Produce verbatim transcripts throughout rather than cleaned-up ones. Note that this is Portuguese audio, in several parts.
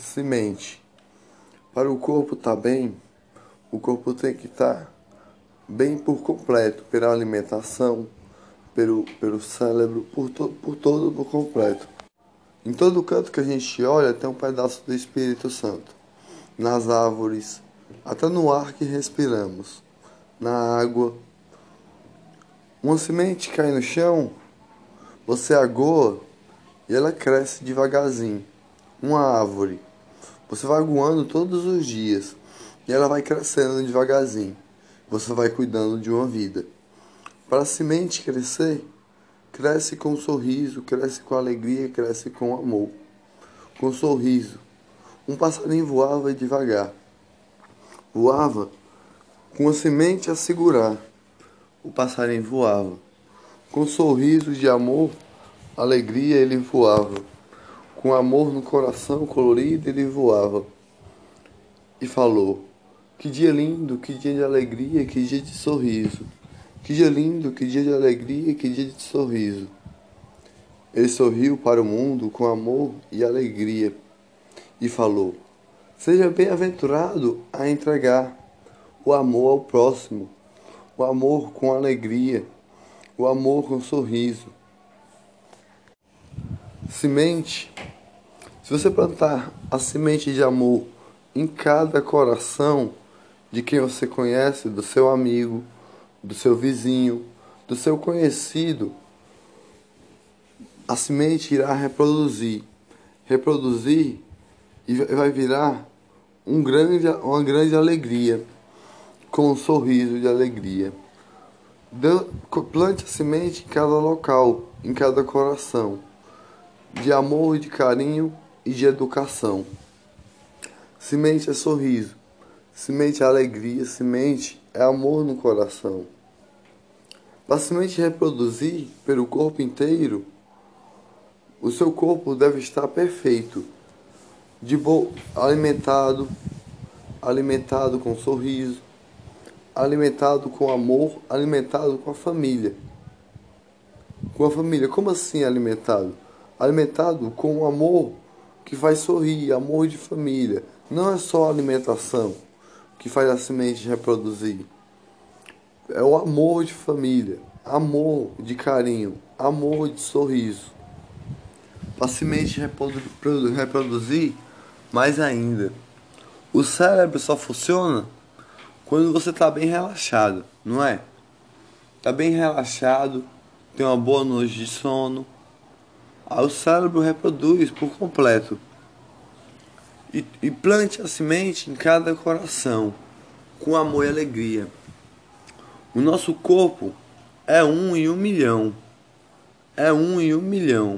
Semente. Para o corpo estar bem, o corpo tem que estar bem por completo, pela alimentação, pelo, pelo cérebro, por, to, por todo por completo. Em todo canto que a gente olha tem um pedaço do Espírito Santo. Nas árvores, até no ar que respiramos, na água. Uma semente cai no chão, você agoa e ela cresce devagarzinho. Uma árvore, você vai aguando todos os dias e ela vai crescendo devagarzinho. Você vai cuidando de uma vida. Para a semente crescer, cresce com um sorriso, cresce com alegria, cresce com amor. Com um sorriso. Um passarinho voava devagar. Voava com a semente a segurar. O passarinho voava. Com um sorriso de amor, alegria, ele voava. Com amor no coração colorido, ele voava. E falou: que dia lindo, que dia de alegria, que dia de sorriso. Que dia lindo, que dia de alegria, que dia de sorriso. Ele sorriu para o mundo com amor e alegria e falou: seja bem-aventurado a entregar o amor ao próximo, o amor com alegria, o amor com sorriso. Semente. Se você plantar a semente de amor em cada coração de quem você conhece, do seu amigo, do seu vizinho, do seu conhecido, a semente irá reproduzir, reproduzir e vai virar um grande, uma grande alegria, com um sorriso de alegria. Plante a semente em cada local, em cada coração, de amor, de carinho e de educação. Semente é sorriso, semente é alegria, semente é amor no coração. Para a semente reproduzir pelo corpo inteiro, o seu corpo deve estar perfeito, de bo... alimentado, alimentado com sorriso, alimentado com amor, alimentado com a família. Com a família, como assim alimentado? Alimentado com o amor que faz sorrir, amor de família. Não é só a alimentação que faz a semente reproduzir. É o amor de família, amor de carinho, amor de sorriso. Para a semente reprodu- reproduzir, mais ainda. O cérebro só funciona quando você está bem relaxado, não é? Está bem relaxado, tem uma boa noite de sono. Aí o cérebro reproduz por completo. E, e plante a semente em cada coração, com amor e alegria. O nosso corpo é um em um milhão. É um em um milhão.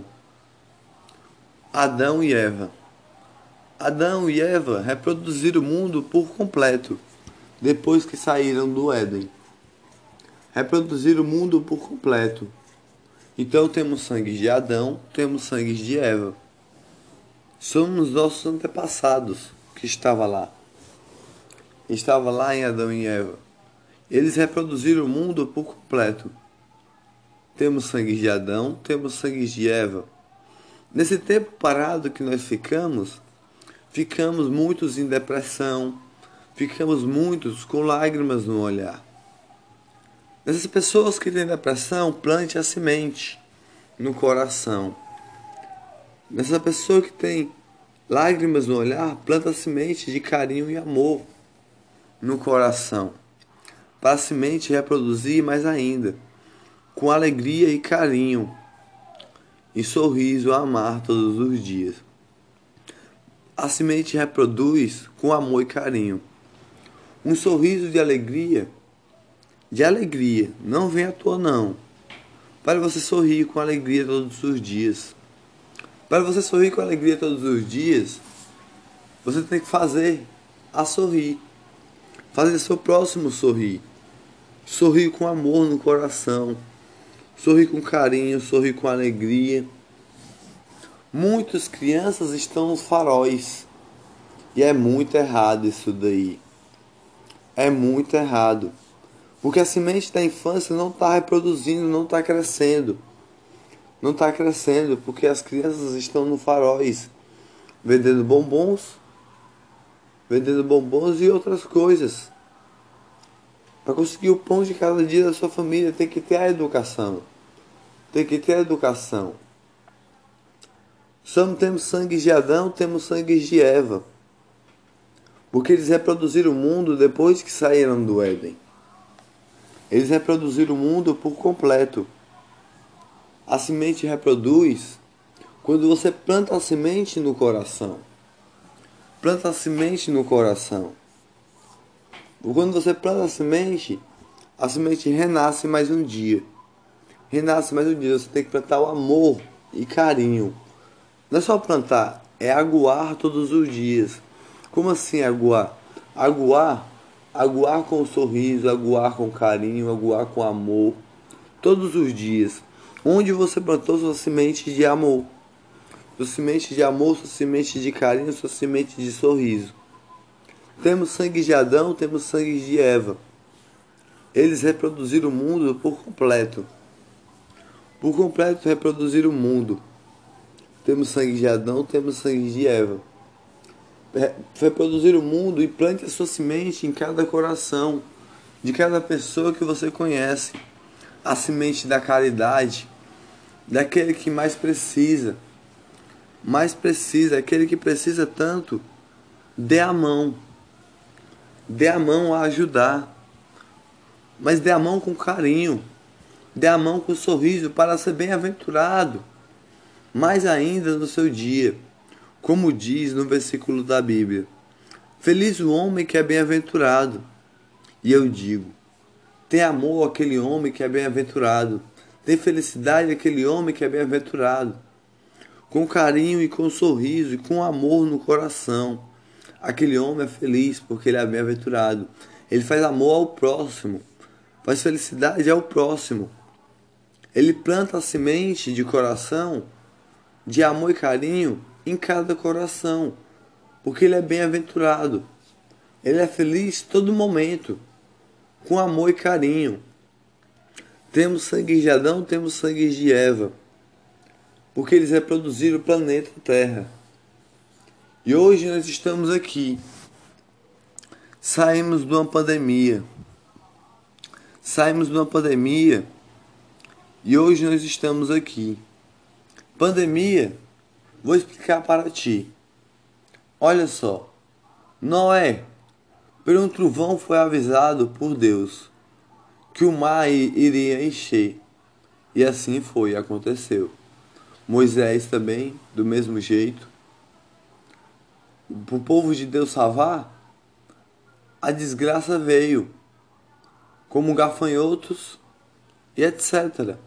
Adão e Eva. Adão e Eva reproduziram o mundo por completo, depois que saíram do Éden. Reproduziram o mundo por completo. Então temos sangue de Adão, temos sangue de Eva. Somos nossos antepassados que estava lá. Estava lá em Adão e Eva. Eles reproduziram o mundo por completo. Temos sangue de Adão, temos sangue de Eva. Nesse tempo parado que nós ficamos, ficamos muitos em depressão, ficamos muitos com lágrimas no olhar. Essas pessoas que têm depressão, plante a semente no coração. Nessa pessoa que tem lágrimas no olhar, planta a semente de carinho e amor no coração. Para a semente reproduzir mais ainda, com alegria e carinho, e sorriso a amar todos os dias. A semente reproduz com amor e carinho. Um sorriso de alegria, de alegria, não vem à toa não. Para você sorrir com alegria todos os dias. Para você sorrir com alegria todos os dias, você tem que fazer a sorrir. Fazer seu próximo sorrir. Sorrir com amor no coração. Sorrir com carinho, sorrir com alegria. Muitas crianças estão nos faróis. E é muito errado isso daí. É muito errado. Porque a semente da infância não está reproduzindo, não está crescendo. Não está crescendo porque as crianças estão no faróis. vendendo bombons, vendendo bombons e outras coisas. Para conseguir o pão de cada dia da sua família, tem que ter a educação. Tem que ter a educação. Só não temos sangue de Adão, temos sangue de Eva. Porque eles reproduziram o mundo depois que saíram do Éden. Eles reproduziram o mundo por completo. A semente reproduz quando você planta a semente no coração. Planta a semente no coração. Quando você planta a semente, a semente renasce mais um dia. Renasce mais um dia. Você tem que plantar o amor e carinho. Não é só plantar, é aguar todos os dias. Como assim aguar? Aguar, aguar com sorriso, aguar com carinho, aguar com amor. Todos os dias. Onde você plantou sua semente de amor. Sua semente de amor, sua semente de carinho, sua semente de sorriso. Temos sangue de Adão, temos sangue de Eva. Eles reproduziram o mundo por completo. Por completo reproduziram o mundo. Temos sangue de Adão, temos sangue de Eva. Reproduzir o mundo e plante a sua semente em cada coração de cada pessoa que você conhece. A semente da caridade, daquele que mais precisa. Mais precisa, aquele que precisa tanto. Dê a mão. Dê a mão a ajudar. Mas dê a mão com carinho. Dê a mão com sorriso para ser bem-aventurado. Mais ainda no seu dia. Como diz no versículo da Bíblia. Feliz o homem que é bem-aventurado. E eu digo, tem amor aquele homem que é bem-aventurado. Tem felicidade aquele homem que é bem-aventurado. Com carinho e com sorriso e com amor no coração. Aquele homem é feliz porque ele é bem-aventurado. Ele faz amor ao próximo. Faz felicidade ao próximo. Ele planta a semente de coração, de amor e carinho em cada coração. Porque ele é bem-aventurado. Ele é feliz todo momento. Com amor e carinho. Temos sangue de Adão, temos sangue de Eva. Porque eles reproduziram o planeta Terra. E hoje nós estamos aqui. Saímos de uma pandemia. Saímos de uma pandemia. E hoje nós estamos aqui. Pandemia, vou explicar para ti. Olha só. Noé, por um trovão foi avisado por Deus que o mar iria encher. E assim foi, aconteceu. Moisés também, do mesmo jeito. Para o povo de Deus salvar, a desgraça veio, como gafanhotos e etcétera.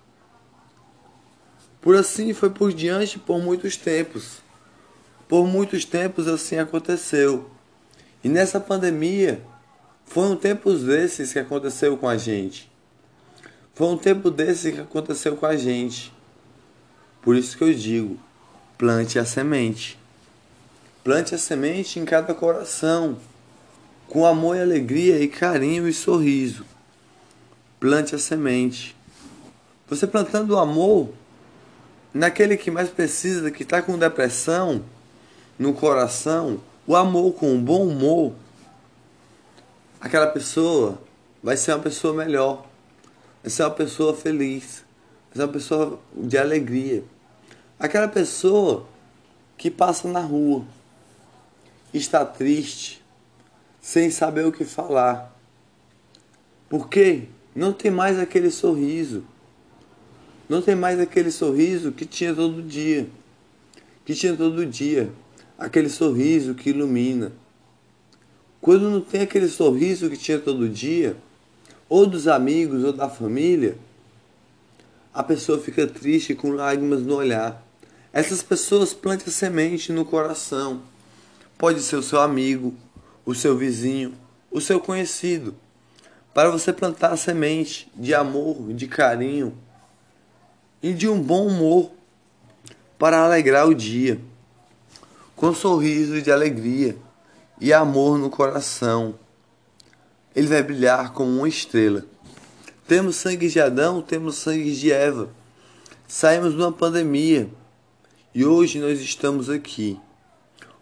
Por assim foi por diante por muitos tempos. Por muitos tempos assim aconteceu. E nessa pandemia, foram tempos desses que aconteceu com a gente. Foi um tempo desse que aconteceu com a gente. Por isso que eu digo, plante a semente. Plante a semente em cada coração, com amor e alegria e carinho e sorriso. Plante a semente. Você plantando o amor naquele que mais precisa, que está com depressão no coração, o amor com um bom humor, aquela pessoa vai ser uma pessoa melhor, vai ser uma pessoa feliz, vai ser uma pessoa de alegria. Aquela pessoa que passa na rua, está triste, sem saber o que falar. Por quê? Não tem mais aquele sorriso. Não tem mais aquele sorriso que tinha todo dia. Que tinha todo dia. Aquele sorriso que ilumina. Quando não tem aquele sorriso que tinha todo dia, ou dos amigos ou da família, a pessoa fica triste com lágrimas no olhar. Essas pessoas plantam semente no coração. Pode ser o seu amigo, o seu vizinho, o seu conhecido. Para você plantar a semente de amor, de carinho e de um bom humor para alegrar o dia. Com sorriso de alegria e amor no coração. Ele vai brilhar como uma estrela. Temos sangue de Adão, temos sangue de Eva. Saímos de uma pandemia e hoje nós estamos aqui.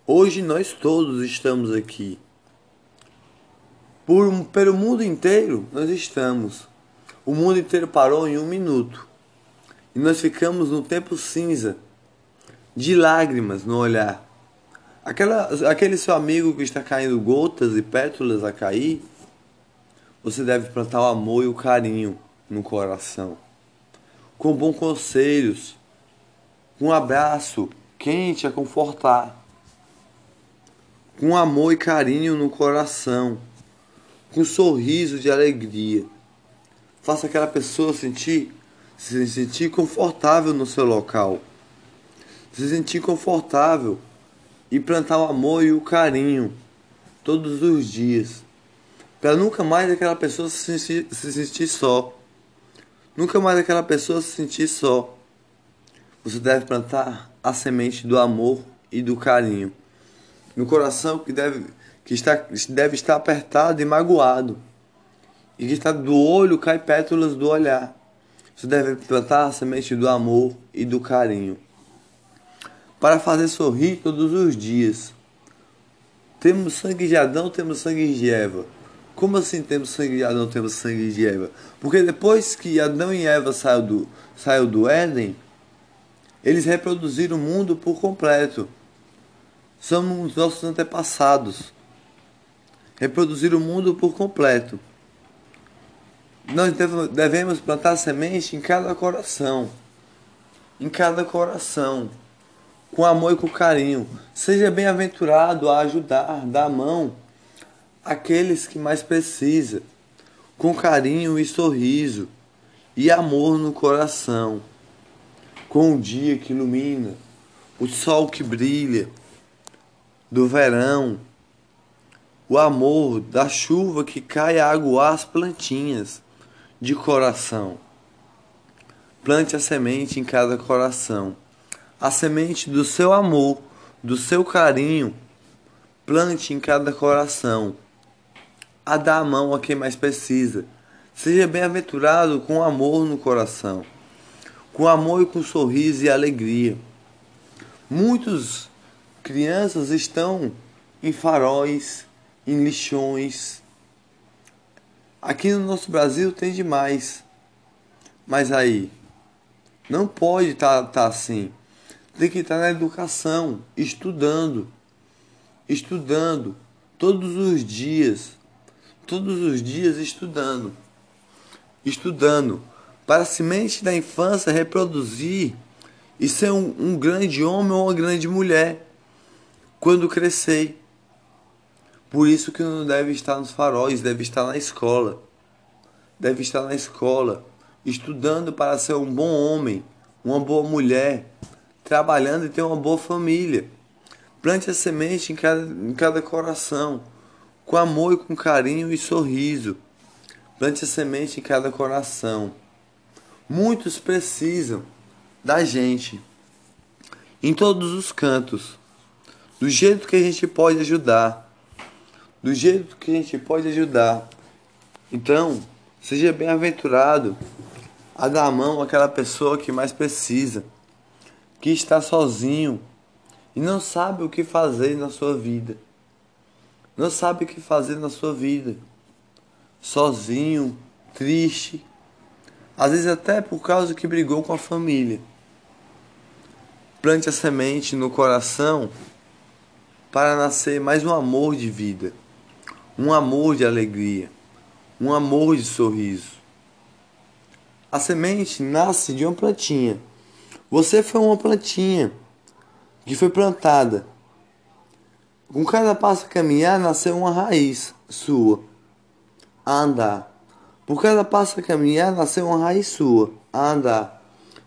Hoje nós todos estamos aqui. Por, pelo mundo inteiro nós estamos. O mundo inteiro parou em um minuto. E nós ficamos no tempo cinza, de lágrimas no olhar. Aquela, aquele seu amigo que está caindo gotas e pétalas a cair, você deve plantar o amor e o carinho no coração. Com bons conselhos, com um abraço quente a confortar. Com amor e carinho no coração. Com um sorriso de alegria. Faça aquela pessoa sentir, se sentir confortável no seu local. Se sentir confortável e plantar o amor e o carinho todos os dias. Para nunca mais aquela pessoa se sentir, se sentir só. Nunca mais aquela pessoa se sentir só. Você deve plantar a semente do amor e do carinho no coração que deve, que está, deve estar apertado e magoado. E que está do olho cai pétalas do olhar. Você deve plantar a semente do amor e do carinho para fazer sorrir todos os dias. Temos sangue de Adão, temos sangue de Eva. Como assim temos sangue de Adão, temos sangue de Eva? Porque depois que Adão e Eva saiu do, saiu do Éden, eles reproduziram o mundo por completo. Somos os nossos antepassados. Reproduziram o mundo por completo. Nós devemos plantar semente em cada coração. Em cada coração. Com amor e com carinho. Seja bem-aventurado a ajudar, dar a mão àqueles que mais precisam. Com carinho e sorriso. E amor no coração. Com o dia que ilumina. O sol que brilha. Do verão. O amor da chuva que cai a aguar as plantinhas. De coração. Plante a semente em cada coração. A semente do seu amor, do seu carinho. Plante em cada coração. A dar a mão a quem mais precisa. Seja bem-aventurado com amor no coração. Com amor e com sorriso e alegria. Muitas crianças estão em faróis, em lixões. Aqui no nosso Brasil tem demais. Mas aí, não pode estar tá, tá assim. Tem que estar tá na educação, estudando. Estudando. Todos os dias. Todos os dias estudando. Estudando. Para a semente da infância reproduzir e ser um, um grande homem ou uma grande mulher. Quando crescer. Por isso que não deve estar nos faróis, deve estar na escola. Deve estar na escola, estudando para ser um bom homem, uma boa mulher, trabalhando e ter uma boa família. Plante a semente em cada, em cada coração, com amor e com carinho e sorriso. Plante a semente em cada coração. Muitos precisam da gente, em todos os cantos, do jeito que a gente pode ajudar. Do jeito que a gente pode ajudar. Então, seja bem-aventurado a dar a mão àquela pessoa que mais precisa, que está sozinho e não sabe o que fazer na sua vida. Não sabe o que fazer na sua vida. Sozinho, triste, às vezes até por causa que brigou com a família. Plante a semente no coração para nascer mais um amor de vida. Um amor de alegria, um amor de sorriso. A semente nasce de uma plantinha. Você foi uma plantinha que foi plantada. Com cada passo a caminhar, nasceu uma raiz sua a andar. Por cada passo a caminhar, nasceu uma raiz sua a andar.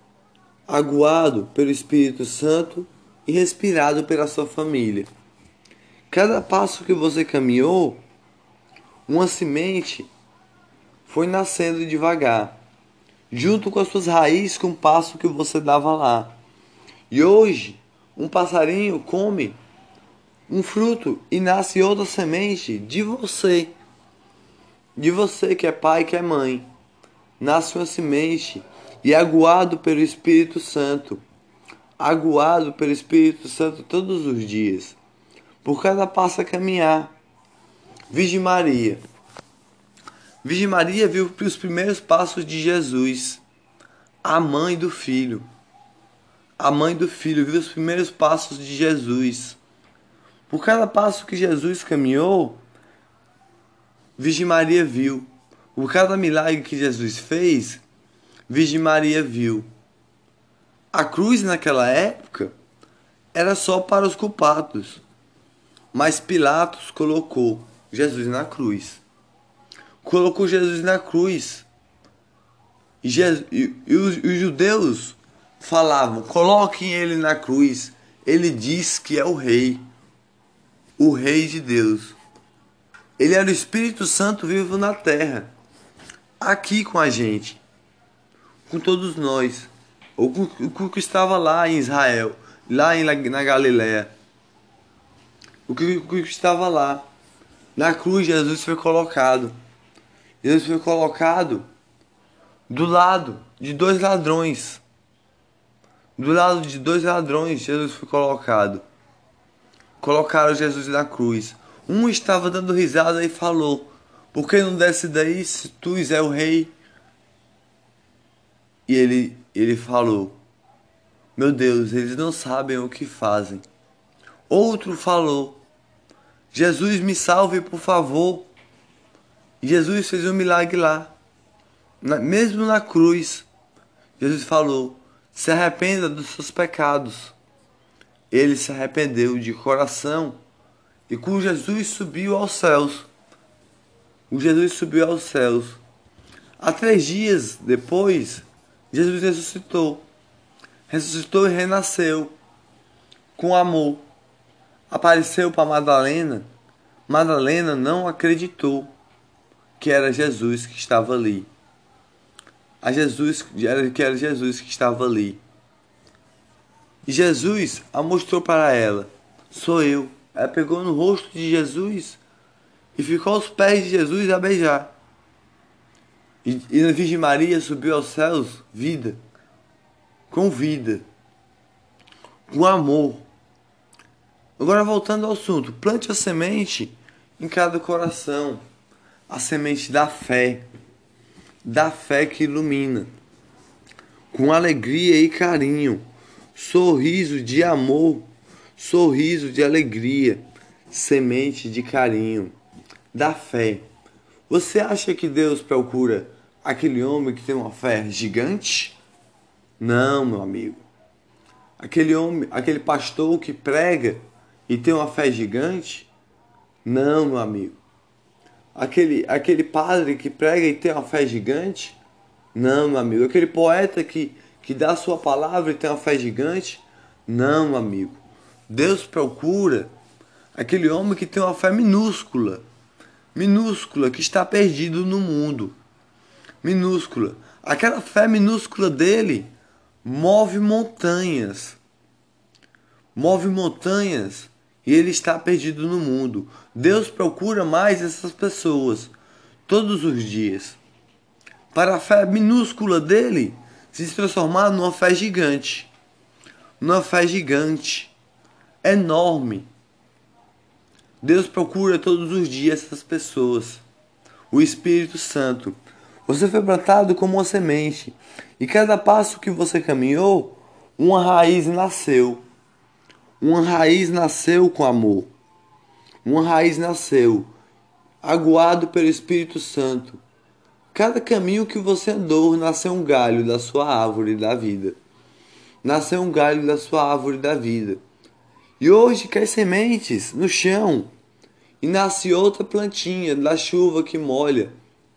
Aguado pelo Espírito Santo e respirado pela sua família. Cada passo que você caminhou, uma semente foi nascendo devagar, junto com as suas raízes, com o passo que você dava lá. E hoje, um passarinho come um fruto e nasce outra semente de você. De você que é pai, que é mãe. Nasce uma semente e é aguado pelo Espírito Santo. Aguado pelo Espírito Santo todos os dias. por cada passo a caminhar. Virgem Maria. Virgem Maria viu os primeiros passos de Jesus, a mãe do Filho. A mãe do Filho viu os primeiros passos de Jesus. Por cada passo que Jesus caminhou, Virgem Maria viu. Por cada milagre que Jesus fez, Virgem Maria viu. A cruz naquela época era só para os culpados, mas Pilatos colocou Jesus na cruz. Colocou Jesus na cruz. E, Jesus, e, e os, os judeus falavam: coloquem ele na cruz. Ele diz que é o rei. O rei de Deus. Ele era o Espírito Santo vivo na terra. Aqui com a gente. Com todos nós. Ou com o que estava lá em Israel. Lá em, na Galiléia. O que, o que estava lá. Na cruz Jesus foi colocado. Jesus foi colocado do lado de dois ladrões. Do lado de dois ladrões Jesus foi colocado. Colocaram Jesus na cruz. Um estava dando risada e falou: por que não desce daí se tu és o rei? E ele, ele falou: meu Deus, eles não sabem o que fazem. Outro falou: Jesus, me salve, por favor. E Jesus fez um milagre lá. Na, mesmo na cruz, Jesus falou: se arrependa dos seus pecados. Ele se arrependeu de coração. E com Jesus subiu aos céus. O Jesus subiu aos céus. Há três dias depois, Jesus ressuscitou. Ressuscitou e renasceu. Com amor. Apareceu para Madalena. Madalena não acreditou que era Jesus que estava ali. A Jesus, que era Jesus que estava ali. E Jesus a mostrou para ela: sou eu. Ela pegou no rosto de Jesus e ficou aos pés de Jesus a beijar. E, e a Virgem Maria subiu aos céus, vida, com vida, com amor. Agora voltando ao assunto, plante a semente em cada coração, a semente da fé, da fé que ilumina, com alegria e carinho, sorriso de amor, sorriso de alegria, semente de carinho, da fé. Você acha que Deus procura aquele homem que tem uma fé gigante? Não, meu amigo. Aquele homem, aquele pastor que prega e tem uma fé gigante? Não, meu amigo. Aquele, aquele padre que prega e tem uma fé gigante? Não, meu amigo. Aquele poeta que, que dá a sua palavra e tem uma fé gigante? Não, meu amigo. Deus procura aquele homem que tem uma fé minúscula. Minúscula, que está perdido no mundo. Minúscula. Aquela fé minúscula dele move montanhas. Move montanhas e ele está perdido no mundo. Deus procura mais essas pessoas todos os dias. Para a fé minúscula dele se transformar numa fé gigante. Numa fé gigante. Enorme. Deus procura todos os dias essas pessoas. O Espírito Santo. Você foi plantado como uma semente. E cada passo que você caminhou, uma raiz nasceu. Uma raiz nasceu com amor. Uma raiz nasceu, aguado pelo Espírito Santo. Cada caminho que você andou, nasceu um galho da sua árvore da vida. Nasceu um galho da sua árvore da vida. E hoje cai sementes no chão. E nasce outra plantinha da chuva que molha,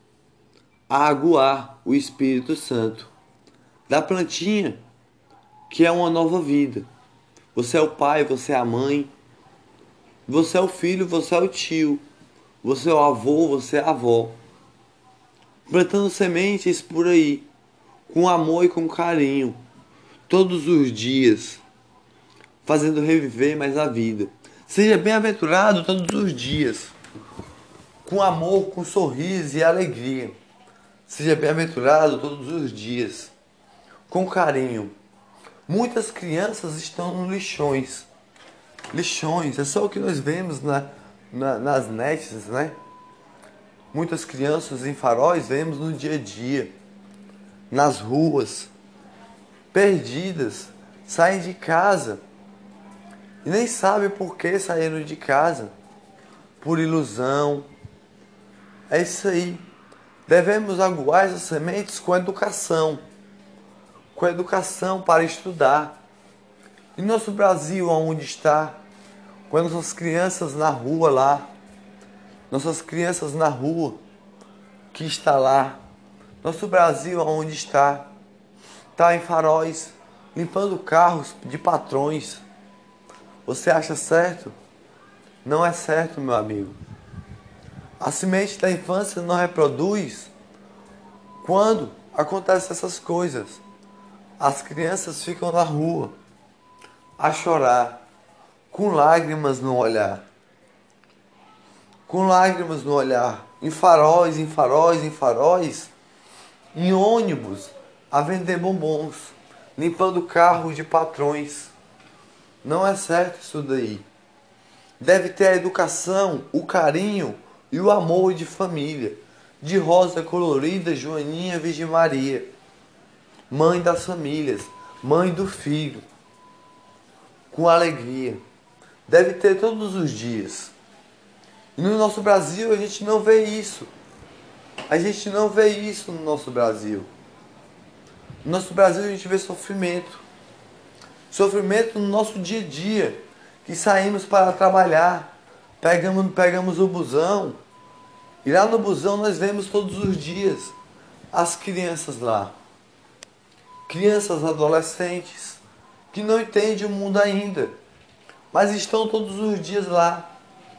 a aguar o Espírito Santo. Da plantinha que é uma nova vida. Você é o pai, você é a mãe. Você é o filho, você é o tio. Você é o avô, você é a avó. Plantando sementes por aí, com amor e com carinho, todos os dias, fazendo reviver mais a vida. Seja bem-aventurado todos os dias, com amor, com sorriso e alegria. Seja bem-aventurado todos os dias, com carinho. Muitas crianças estão nos lixões, lixões. É só o que nós vemos na, na, nas nets, né? Muitas crianças em faróis vemos no dia a dia, nas ruas, perdidas, saem de casa e nem sabem por que saíram de casa, por ilusão. É isso aí. Devemos aguar essas sementes com educação, com educação para estudar. E nosso Brasil, aonde está? Com as nossas crianças na rua lá, nossas crianças na rua, que está lá. Nosso Brasil, aonde está? Está em faróis, limpando carros de patrões. Você acha certo? Não é certo, meu amigo. A semente da infância não reproduz quando acontecem essas coisas. As crianças ficam na rua a chorar, com lágrimas no olhar. Com lágrimas no olhar, em faróis, em faróis, em faróis, em ônibus, a vender bombons, limpando carros de patrões. Não é certo isso daí. Deve ter a educação, o carinho e o amor de família. De Rosa Colorida, Joaninha, Virgem Maria. Mãe das famílias, mãe do filho. Com alegria. Deve ter todos os dias. E no nosso Brasil a gente não vê isso. A gente não vê isso no nosso Brasil. No nosso Brasil a gente vê sofrimento. Sofrimento no nosso dia a dia. Que saímos para trabalhar. Pegamos, pegamos o busão. E lá no busão nós vemos todos os dias as crianças lá. Crianças adolescentes. Que não entendem o mundo ainda. Mas estão todos os dias lá.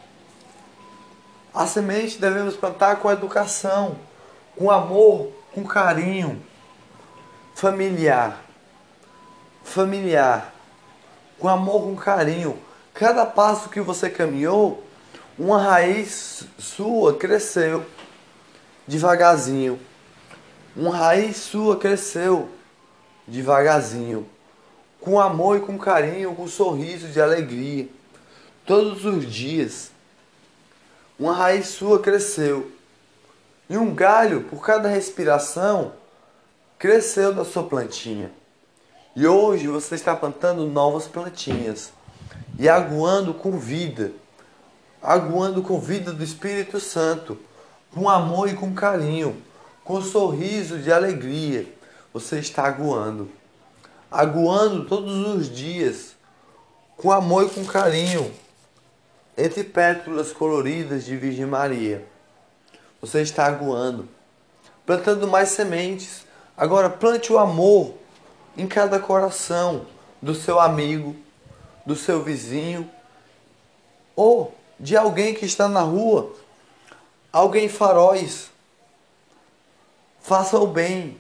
A semente devemos plantar com educação, com amor, com carinho, familiar, familiar, com amor, com carinho. Cada passo que você caminhou, uma raiz sua cresceu devagarzinho. Uma raiz sua cresceu devagarzinho, com amor e com carinho, com sorriso de alegria, todos os dias. Uma raiz sua cresceu. E um galho, por cada respiração, cresceu da sua plantinha. E hoje você está plantando novas plantinhas. E aguando com vida. Aguando com vida do Espírito Santo. Com amor e com carinho. Com sorriso de alegria. Você está aguando. Aguando todos os dias. Com amor e com carinho. Entre pétalas coloridas de Virgem Maria. Você está aguando. Plantando mais sementes. Agora plante o amor em cada coração do seu amigo, do seu vizinho, ou de alguém que está na rua, alguém faróis. Faça o bem.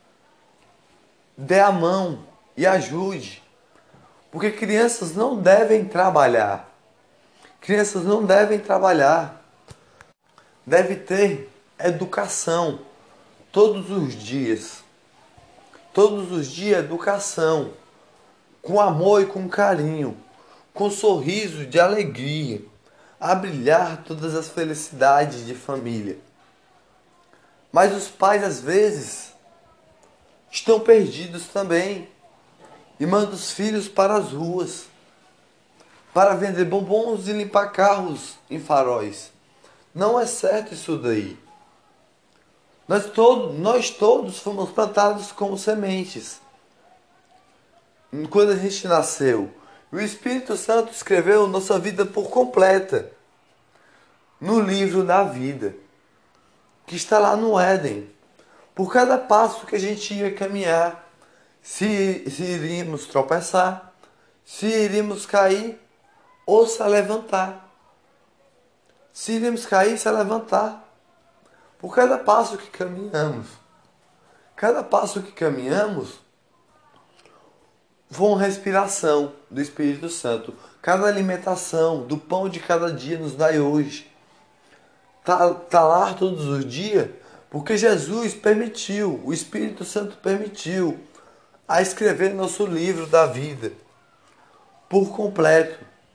Dê a mão e ajude. Porque crianças não devem trabalhar. Crianças não devem trabalhar. Deve ter educação todos os dias. Todos os dias educação. Com amor e com carinho. Com sorriso de alegria. A brilhar todas as felicidades de família. Mas os pais às vezes estão perdidos também. E mandam os filhos para as ruas. Para vender bombons e limpar carros em faróis. Não é certo isso daí. Nós, todo, nós todos fomos plantados como sementes. Quando a gente nasceu. O Espírito Santo escreveu nossa vida por completa. No livro da vida. Que está lá no Éden. Por cada passo que a gente ia caminhar. Se, se iríamos tropeçar. Se iríamos cair. Ou se levantar. Se iremos cair, se levantar. Por cada passo que caminhamos. Cada passo que caminhamos foi uma respiração do Espírito Santo. Cada alimentação do pão de cada dia nos dai hoje. Tá, tá lá todos os dias porque Jesus permitiu, o Espírito Santo permitiu a escrever nosso livro da vida por completo.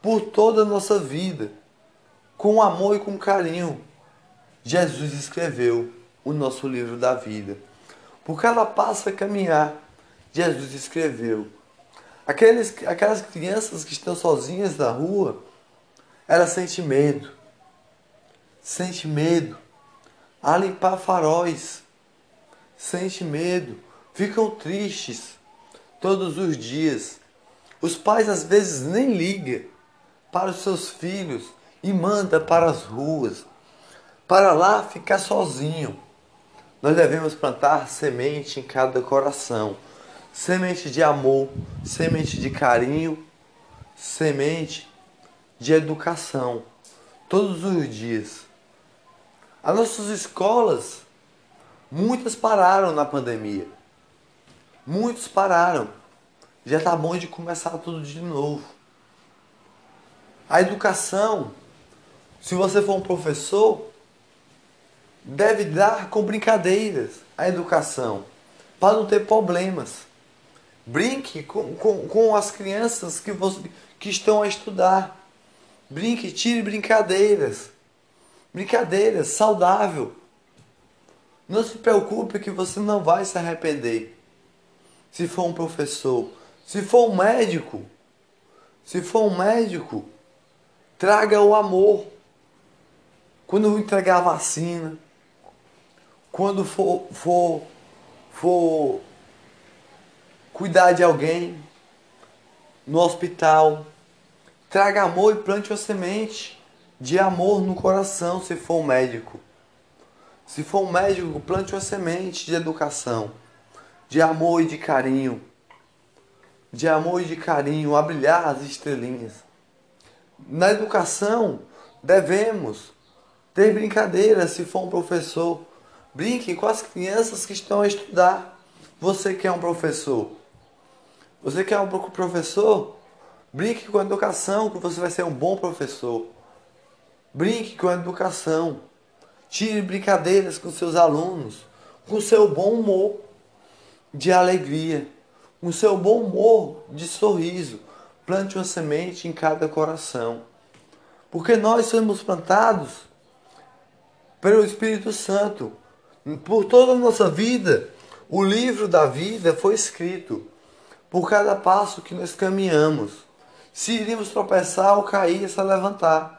por toda a nossa vida, com amor e com carinho. Jesus escreveu o nosso livro da vida. Por cada passo a caminhar, Jesus escreveu. Aqueles, aquelas crianças que estão sozinhas na rua, elas sentem medo. Sente medo a limpar faróis. Sente medo. Ficam tristes todos os dias. Os pais às vezes nem ligam para os seus filhos e mandam para as ruas, para lá ficar sozinho. Nós devemos plantar semente em cada coração. Semente de amor, semente de carinho, semente de educação. Todos os dias. As nossas escolas, muitas pararam na pandemia. Muitos pararam. Já está bom de começar tudo de novo. A educação, se você for um professor, deve dar com brincadeiras a educação, para não ter problemas. Brinque com, com, com as crianças que, você, que estão a estudar. Brinque, tire brincadeiras. Brincadeiras, saudável. Não se preocupe que você não vai se arrepender. Se for um professor, se for um médico, se for um médico, traga o amor. Quando entregar a vacina, quando for, for, for cuidar de alguém no hospital, traga amor e plante uma semente de amor no coração, se for um médico. Se for um médico, plante uma semente de educação, de amor e de carinho. De amor e de carinho, a brilhar as estrelinhas. Na educação, devemos ter brincadeiras, se for um professor. Brinque com as crianças que estão a estudar. Você que é um professor. Você que é um professor, brinque com a educação, que você vai ser um bom professor. Brinque com a educação. Tire brincadeiras com seus alunos, com seu bom humor de alegria, com seu bom humor de sorriso. Plante uma semente em cada coração. Porque nós somos plantados pelo Espírito Santo. Por toda a nossa vida, o livro da vida foi escrito. Por cada passo que nós caminhamos. Se iríamos tropeçar ou cair, é só levantar.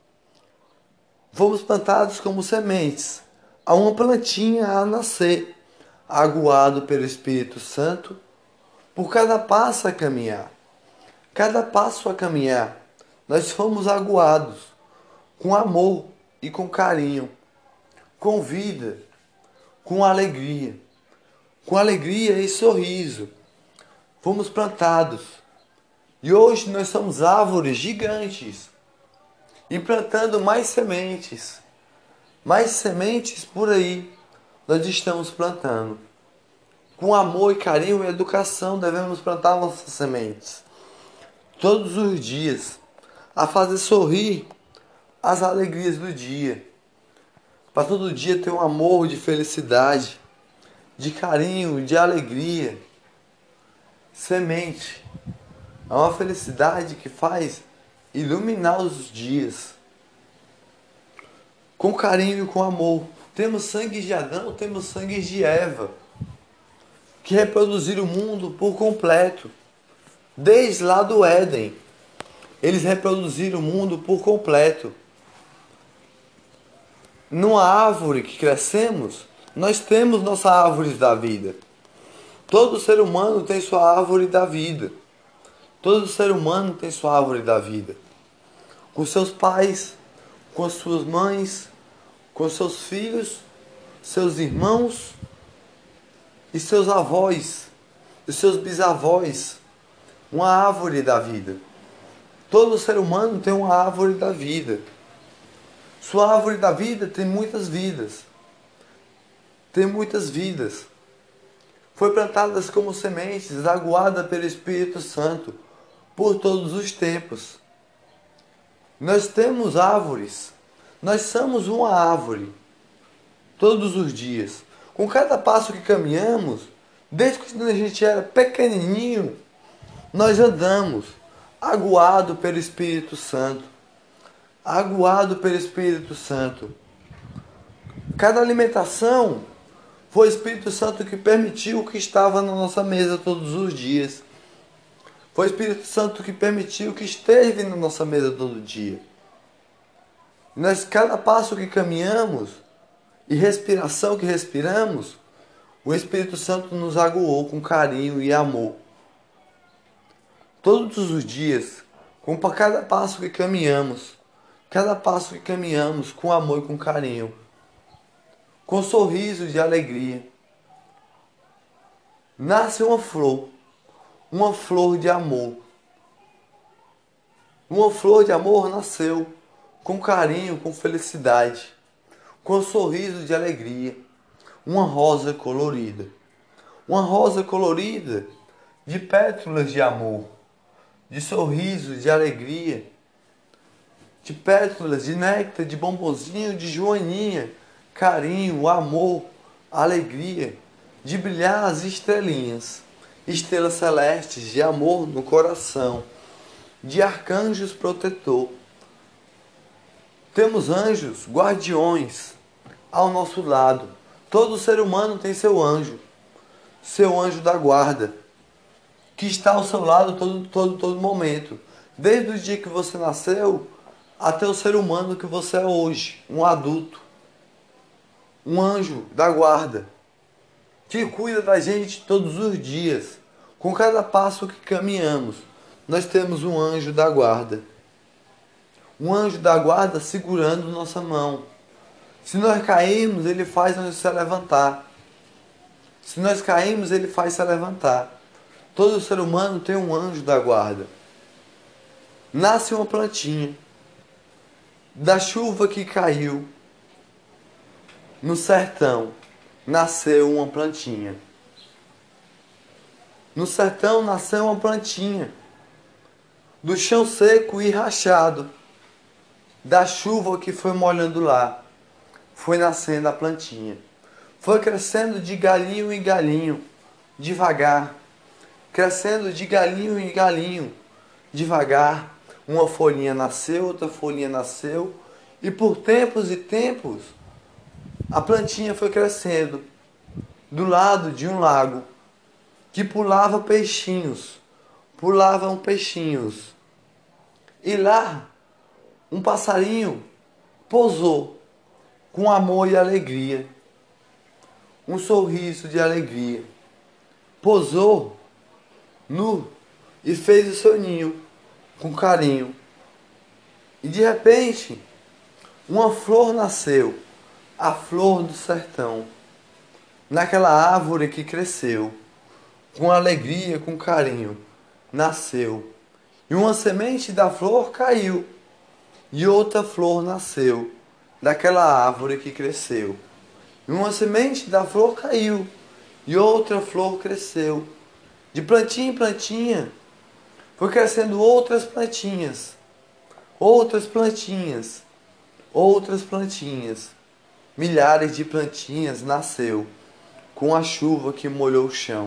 Fomos plantados como sementes, a uma plantinha a nascer, aguado pelo Espírito Santo, por cada passo a caminhar. Cada passo a caminhar, nós fomos aguados, com amor e com carinho, com vida, com alegria, com alegria e sorriso. Fomos plantados, e hoje nós somos árvores gigantes, e plantando mais sementes, mais sementes por aí, nós estamos plantando. Com amor e carinho e educação devemos plantar nossas sementes. Todos os dias, a fazer sorrir as alegrias do dia. Para todo dia ter um amor de felicidade, de carinho, de alegria. Semente é uma felicidade que faz iluminar os dias. Com carinho e com amor. Temos sangue de Adão, temos sangue de Eva, que reproduziram o mundo por completo. Desde lá do Éden, eles reproduziram o mundo por completo. Numa árvore que crescemos, nós temos nossa árvore da vida. Todo ser humano tem sua árvore da vida. Todo ser humano tem sua árvore da vida. Com seus pais, com suas mães, com seus filhos, seus irmãos e seus avós, e seus bisavós. Uma árvore da vida. Todo ser humano tem uma árvore da vida. Sua árvore da vida tem muitas vidas. Tem muitas vidas. Foi plantadas como sementes, aguada pelo Espírito Santo, por todos os tempos. Nós temos árvores. Nós somos uma árvore. Todos os dias. Com cada passo que caminhamos, desde quando a gente era pequenininho, nós andamos aguado pelo Espírito Santo. Aguado pelo Espírito Santo. Cada alimentação foi o Espírito Santo que permitiu que estava na nossa mesa todos os dias. Foi o Espírito Santo que permitiu que esteve na nossa mesa todo dia. Nós, cada passo que caminhamos e respiração que respiramos, o Espírito Santo nos aguou com carinho e amor. Todos os dias, com cada passo que caminhamos, cada passo que caminhamos com amor e com carinho, com sorriso de alegria, nasce uma flor, uma flor de amor. Uma flor de amor nasceu com carinho, com felicidade, com sorriso de alegria, uma rosa colorida. Uma rosa colorida de pétalas de amor, de sorriso, de alegria, de pétalas, de néctar, de bombonzinho, de joaninha, carinho, amor, alegria, de brilhar as estrelinhas, estrelas celestes de amor no coração, de arcanjos protetor. Temos anjos guardiões ao nosso lado. Todo ser humano tem seu anjo, seu anjo da guarda, que está ao seu lado todo, todo, todo momento. Desde o dia que você nasceu até o ser humano que você é hoje, um adulto. Um anjo da guarda, que cuida da gente todos os dias. Com cada passo que caminhamos, nós temos um anjo da guarda. Um anjo da guarda segurando nossa mão. Se nós cairmos, ele faz nós se levantar. Se nós cairmos, ele faz se levantar. Todo ser humano tem um anjo da guarda. Nasce uma plantinha da chuva que caiu no sertão. Nasceu uma plantinha. No sertão nasceu uma plantinha. Do chão seco e rachado, da chuva que foi molhando lá, foi nascendo a plantinha. Foi crescendo de galinho em galinho, devagar. Crescendo de galinho em galinho, devagar. Uma folhinha nasceu, outra folhinha nasceu. E por tempos e tempos, a plantinha foi crescendo do lado de um lago que pulava peixinhos. Pulavam peixinhos. E lá, um passarinho pousou com amor e alegria. Um sorriso de alegria. Pousou nu e fez o seu ninho com carinho. E de repente, uma flor nasceu, a flor do sertão, naquela árvore que cresceu, com alegria, com carinho, nasceu. E uma semente da flor caiu, e outra flor nasceu, daquela árvore que cresceu. E uma semente da flor caiu, e outra flor cresceu. De plantinha em plantinha, foi crescendo outras plantinhas, outras plantinhas, outras plantinhas. Milhares de plantinhas nasceu, com a chuva que molhou o chão.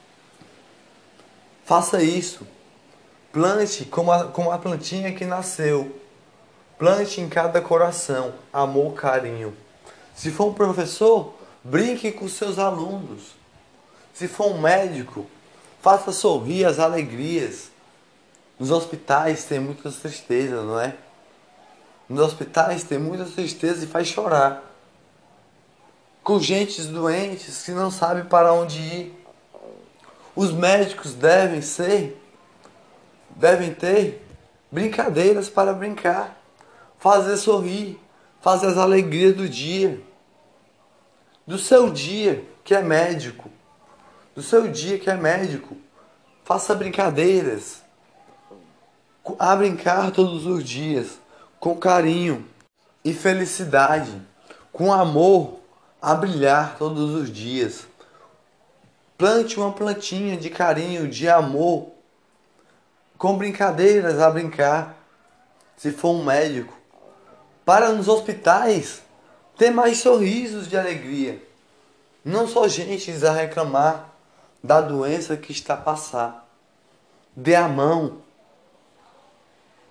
Faça isso. Plante como a, como a plantinha que nasceu. Plante em cada coração amor, carinho. Se for um professor, brinque com seus alunos. Se for um médico, faça sorrir as alegrias. Nos hospitais tem muita tristeza, não é? Nos hospitais tem muita tristeza e faz chorar. Com gente doentes que não sabem para onde ir. Os médicos devem ser, devem ter brincadeiras para brincar. Fazer sorrir, fazer as alegrias do dia. Do seu dia que é médico. Do seu dia que é médico. Faça brincadeiras. A brincar todos os dias. Com carinho e felicidade. Com amor a brilhar todos os dias. Plante uma plantinha de carinho, de amor. Com brincadeiras a brincar. Se for um médico. Para nos hospitais ter mais sorrisos de alegria. Não só gente a reclamar da doença que está a passar. Dê a mão.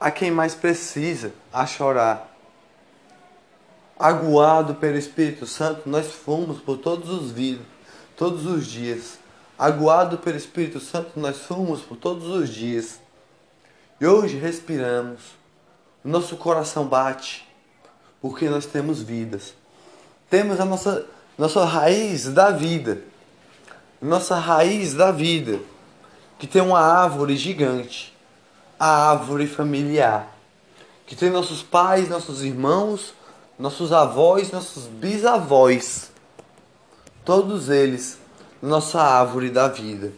a quem mais precisa, a chorar. Aguado pelo Espírito Santo, nós fomos por todos os vidas, todos os dias. Aguado pelo Espírito Santo, nós fomos por todos os dias. E hoje respiramos. Nosso coração bate, porque nós temos vidas. Temos a nossa, nossa raiz da vida. Nossa raiz da vida, que tem uma árvore gigante. A árvore familiar. Que tem nossos pais, nossos irmãos, nossos avós, nossos bisavós, todos eles, nossa árvore da vida.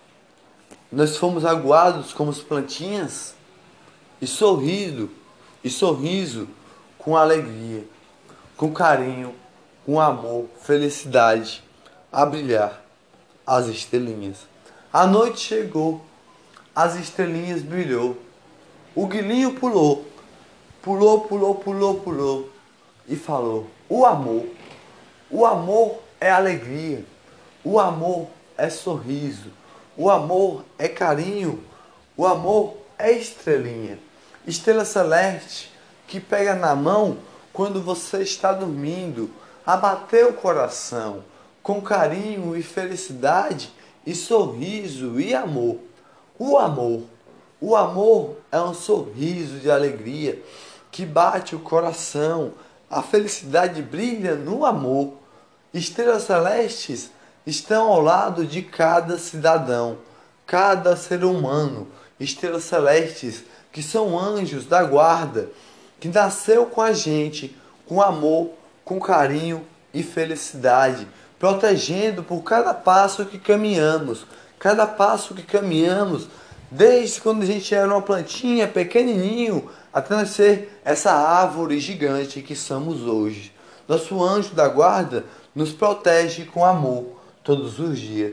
Nós fomos aguados como as plantinhas e sorriso, e sorriso com alegria, com carinho, com amor, felicidade, a brilhar as estrelinhas. A noite chegou, as estrelinhas brilhou, o guilinho pulou, pulou, pulou, pulou, pulou. E falou, o amor, o amor é alegria, o amor é sorriso, o amor é carinho, o amor é estrelinha, estrela celeste que pega na mão quando você está dormindo, a bater o coração, com carinho e felicidade e sorriso e amor. O amor, o amor é um sorriso de alegria que bate o coração. A felicidade brilha no amor. Estrelas celestes estão ao lado de cada cidadão, cada ser humano. Estrelas celestes que são anjos da guarda, que nasceu com a gente, com amor, com carinho e felicidade, protegendo por cada passo que caminhamos. Cada passo que caminhamos, desde quando a gente era uma plantinha, pequenininho, até nós ser essa árvore gigante que somos hoje. Nosso anjo da guarda nos protege com amor todos os dias.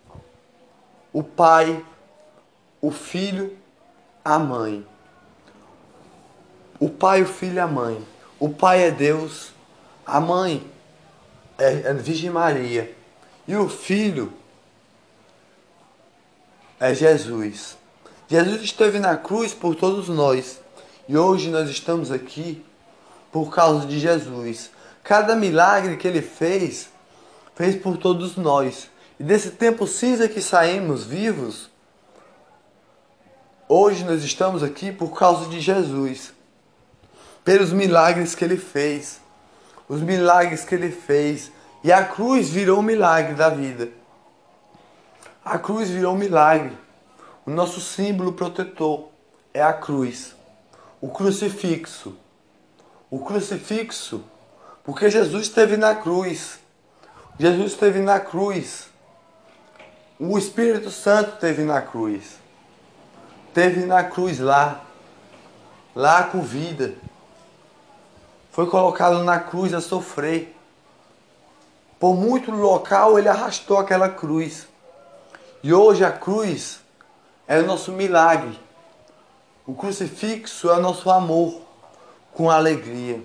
O pai, o filho, a mãe. O pai, o filho e a mãe. O pai é Deus, a mãe é a Virgem Maria e o filho é Jesus. Jesus esteve na cruz por todos nós. E hoje nós estamos aqui por causa de Jesus. Cada milagre que ele fez, fez por todos nós. E desse tempo cinza que saímos vivos, hoje nós estamos aqui por causa de Jesus. Pelos milagres que ele fez. Os milagres que ele fez. E a cruz virou o milagre da vida. A cruz virou um milagre. O nosso símbolo protetor é a cruz. O crucifixo. O crucifixo. Porque Jesus esteve na cruz. Jesus esteve na cruz. O Espírito Santo esteve na cruz. Esteve na cruz lá. Lá com vida. Foi colocado na cruz a sofrer. Por muito local ele arrastou aquela cruz. E hoje a cruz é o nosso milagre. O crucifixo é o nosso amor, com alegria,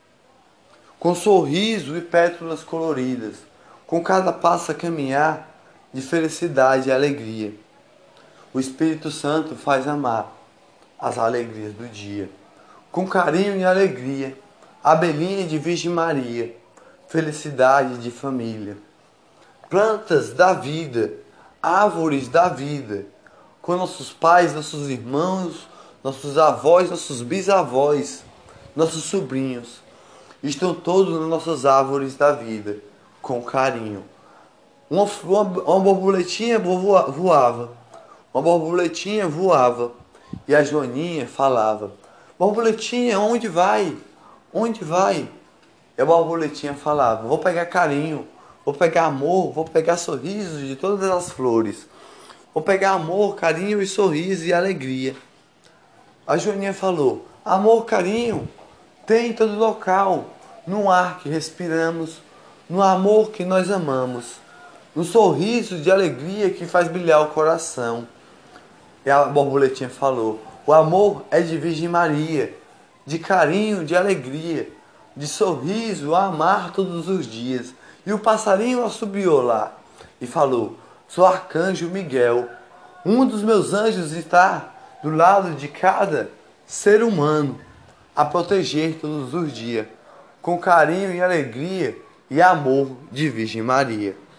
com sorriso e pétalas coloridas, com cada passo a caminhar de felicidade e alegria. O Espírito Santo faz amar as alegrias do dia, com carinho e alegria, abelhinha de Virgem Maria, felicidade de família. Plantas da vida, árvores da vida, com nossos pais, nossos irmãos, nossos avós, nossos bisavós, nossos sobrinhos, estão todos nas nossas árvores da vida, com carinho. Uma, uma, uma borboletinha voava, uma borboletinha voava, e a Joaninha falava, borboletinha, onde vai? Onde vai? E a borboletinha falava, vou pegar carinho, vou pegar amor, vou pegar sorrisos de todas as flores. Vou pegar amor, carinho e sorriso e alegria. A Joaninha falou, amor, carinho, tem em todo local, no ar que respiramos, no amor que nós amamos, no sorriso de alegria que faz brilhar o coração. E a borboletinha falou, o amor é de Virgem Maria, de carinho, de alegria, de sorriso a amar todos os dias. E o passarinho assobiou lá e falou, sou arcanjo Miguel, um dos meus anjos está do lado de cada ser humano, a proteger todos os dias, com carinho e alegria e amor de Virgem Maria.